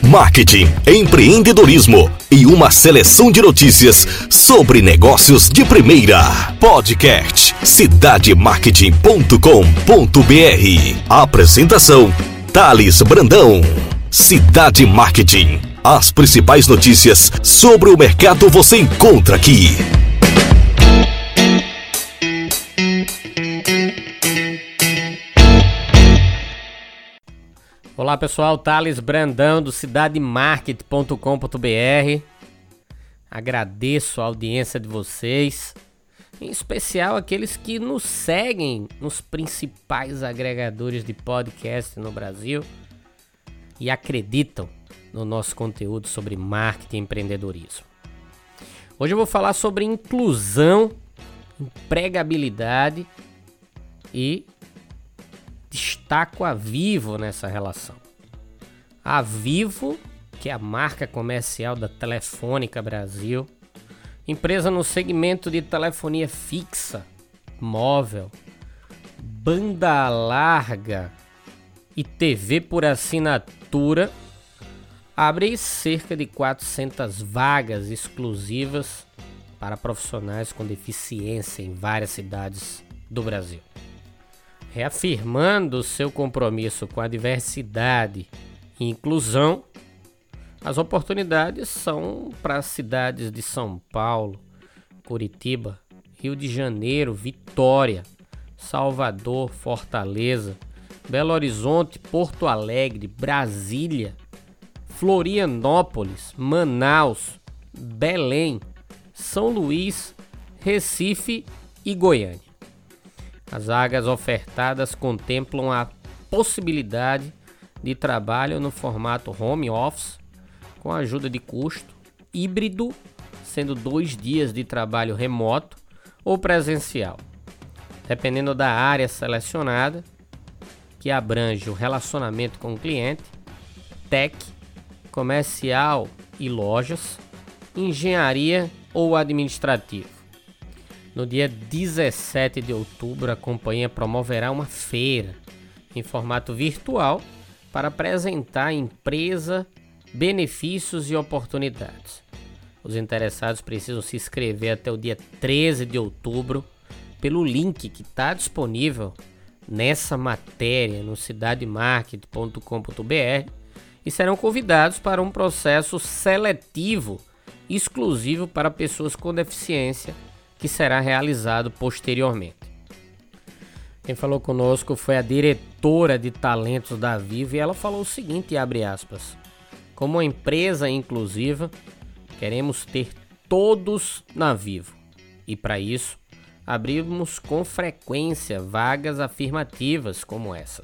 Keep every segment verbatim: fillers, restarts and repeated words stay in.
marketing, empreendedorismo e uma seleção de notícias sobre negócios de primeira. Podcast cidade marketing ponto com ponto br. Apresentação: Thales Brandão. Cidade Marketing. As principais notícias sobre o mercado você encontra aqui. Olá pessoal, Thales Brandão do cidade marketing ponto com ponto br. Agradeço a audiência de vocês, em especial aqueles que nos seguem nos principais agregadores de podcast no Brasil e acreditam no nosso conteúdo sobre marketing e empreendedorismo. Hoje eu vou falar sobre inclusão, empregabilidade e destaco a Vivo nessa relação. A Vivo, que é a marca comercial da Telefônica Brasil, empresa no segmento de telefonia fixa, móvel, banda larga e T V por assinatura, abre cerca de quatrocentas vagas exclusivas para profissionais com deficiência em várias cidades do Brasil. Reafirmando seu compromisso com a diversidade e inclusão, as oportunidades são para as cidades de São Paulo, Curitiba, Rio de Janeiro, Vitória, Salvador, Fortaleza, Belo Horizonte, Porto Alegre, Brasília, Florianópolis, Manaus, Belém, São Luís, Recife e Goiânia. As vagas ofertadas contemplam a possibilidade de trabalho no formato home office, com ajuda de custo, híbrido, sendo dois dias de trabalho remoto ou presencial, dependendo da área selecionada, que abrange o relacionamento com o cliente, tech, comercial e lojas, engenharia ou administrativo. No dia dezessete de outubro, a companhia promoverá uma feira em formato virtual para apresentar à empresa benefícios e oportunidades. Os interessados precisam se inscrever até o dia treze de outubro pelo link que está disponível nessa matéria no cidade marketing ponto com ponto br e serão convidados para um processo seletivo exclusivo para pessoas com deficiência, que será realizado posteriormente. Quem falou conosco foi a diretora de talentos da Vivo e ela falou o seguinte, abre aspas: como uma empresa inclusiva, queremos ter todos na Vivo e para isso abrimos com frequência vagas afirmativas como essas.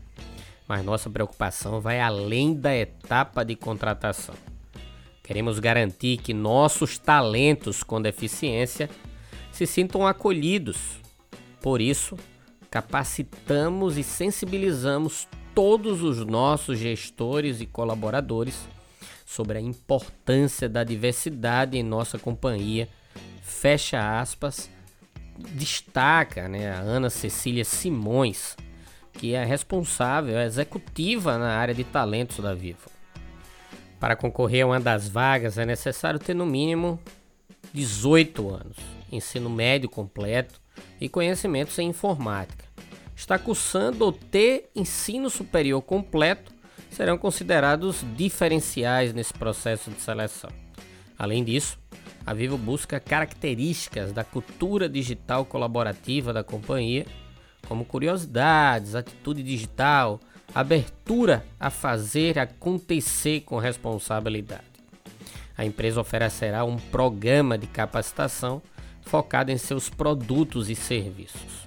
Mas nossa preocupação vai além da etapa de contratação. Queremos garantir que nossos talentos com deficiência se sintam acolhidos. Por isso, capacitamos e sensibilizamos todos os nossos gestores e colaboradores sobre a importância da diversidade em nossa companhia. Fecha aspas, destaca, né, a Ana Cecília Simões, que é responsável, é executiva na área de talentos da Vivo. Para concorrer a uma das vagas é necessário ter no mínimo dezoito anos, ensino médio completo e conhecimentos em informática. Estar cursando ou ter ensino superior completo serão considerados diferenciais nesse processo de seleção. Além disso, a Vivo busca características da cultura digital colaborativa da companhia, como curiosidades, atitude digital, abertura a fazer acontecer com responsabilidade. A empresa oferecerá um programa de capacitação focado em seus produtos e serviços.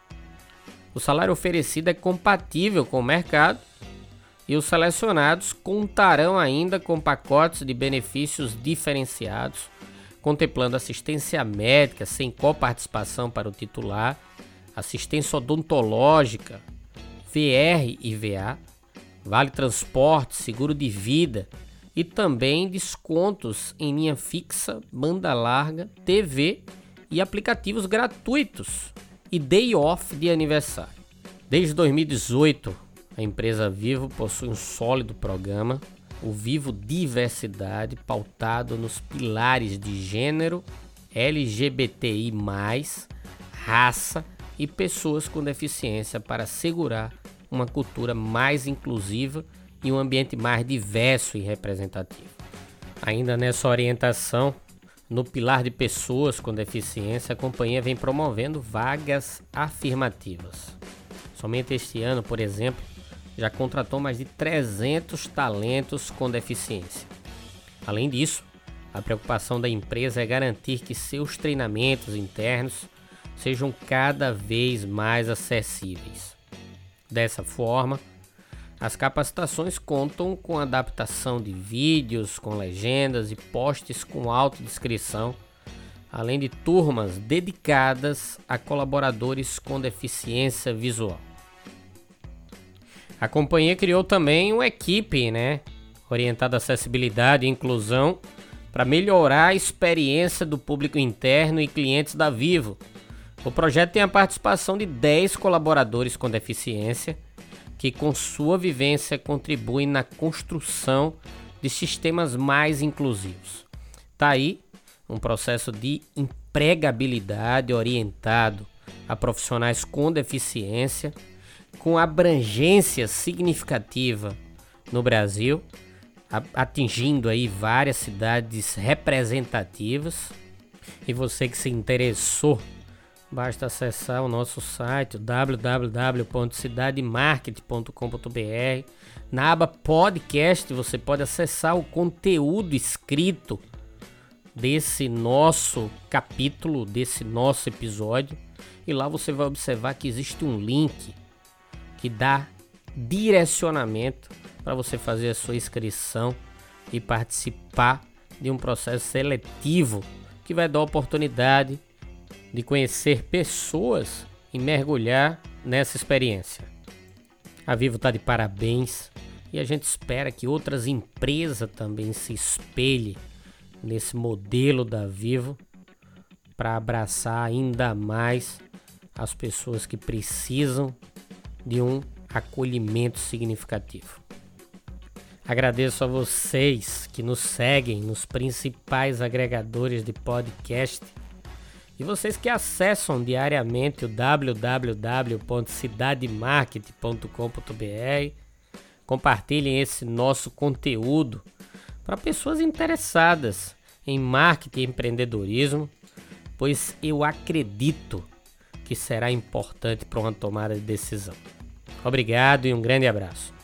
O salário oferecido é compatível com o mercado e os selecionados contarão ainda com pacotes de benefícios diferenciados, contemplando assistência médica sem coparticipação para o titular, assistência odontológica, V R e V A, vale transporte, seguro de vida e também descontos em linha fixa, banda larga, T V e aplicativos gratuitos e day off de aniversário. Desde dois mil e dezoito, a empresa Vivo possui um sólido programa o Vivo Diversidade, pautado nos pilares de gênero, L G B T I mais, raça e pessoas com deficiência para assegurar uma cultura mais inclusiva e um ambiente mais diverso e representativo. Ainda nessa orientação, no pilar de pessoas com deficiência, a companhia vem promovendo vagas afirmativas. Somente este ano, por exemplo, já contratou mais de trezentos talentos com deficiência. Além disso, a preocupação da empresa é garantir que seus treinamentos internos sejam cada vez mais acessíveis. Dessa forma, as capacitações contam com adaptação de vídeos com legendas e posts com autodescrição, além de turmas dedicadas a colaboradores com deficiência visual. A companhia criou também uma equipe, né, orientada à acessibilidade e inclusão para melhorar a experiência do público interno e clientes da Vivo. O projeto tem a participação de dez colaboradores com deficiência que, com sua vivência, contribuem na construção de sistemas mais inclusivos. Tá aí um processo de empregabilidade orientado a profissionais com deficiência, com abrangência significativa no Brasil, atingindo aí várias cidades representativas. E você que se interessou, basta acessar o nosso site w w w ponto cidade market ponto com ponto b r. Na aba podcast você pode acessar o conteúdo escrito desse nosso capítulo, desse nosso episódio, e lá você vai observar que existe um link que dá direcionamento para você fazer a sua inscrição e participar de um processo seletivo que vai dar a oportunidade de conhecer pessoas e mergulhar nessa experiência. A Vivo está de parabéns e a gente espera que outras empresas também se espelhem nesse modelo da Vivo para abraçar ainda mais as pessoas que precisam de um acolhimento significativo. Agradeço a vocês que nos seguem nos principais agregadores de podcast e vocês que acessam diariamente o w w w ponto cidade market ponto com ponto b r. Compartilhem esse nosso conteúdo para pessoas interessadas em marketing e empreendedorismo, pois eu acredito que será importante para uma tomada de decisão. Obrigado e um grande abraço.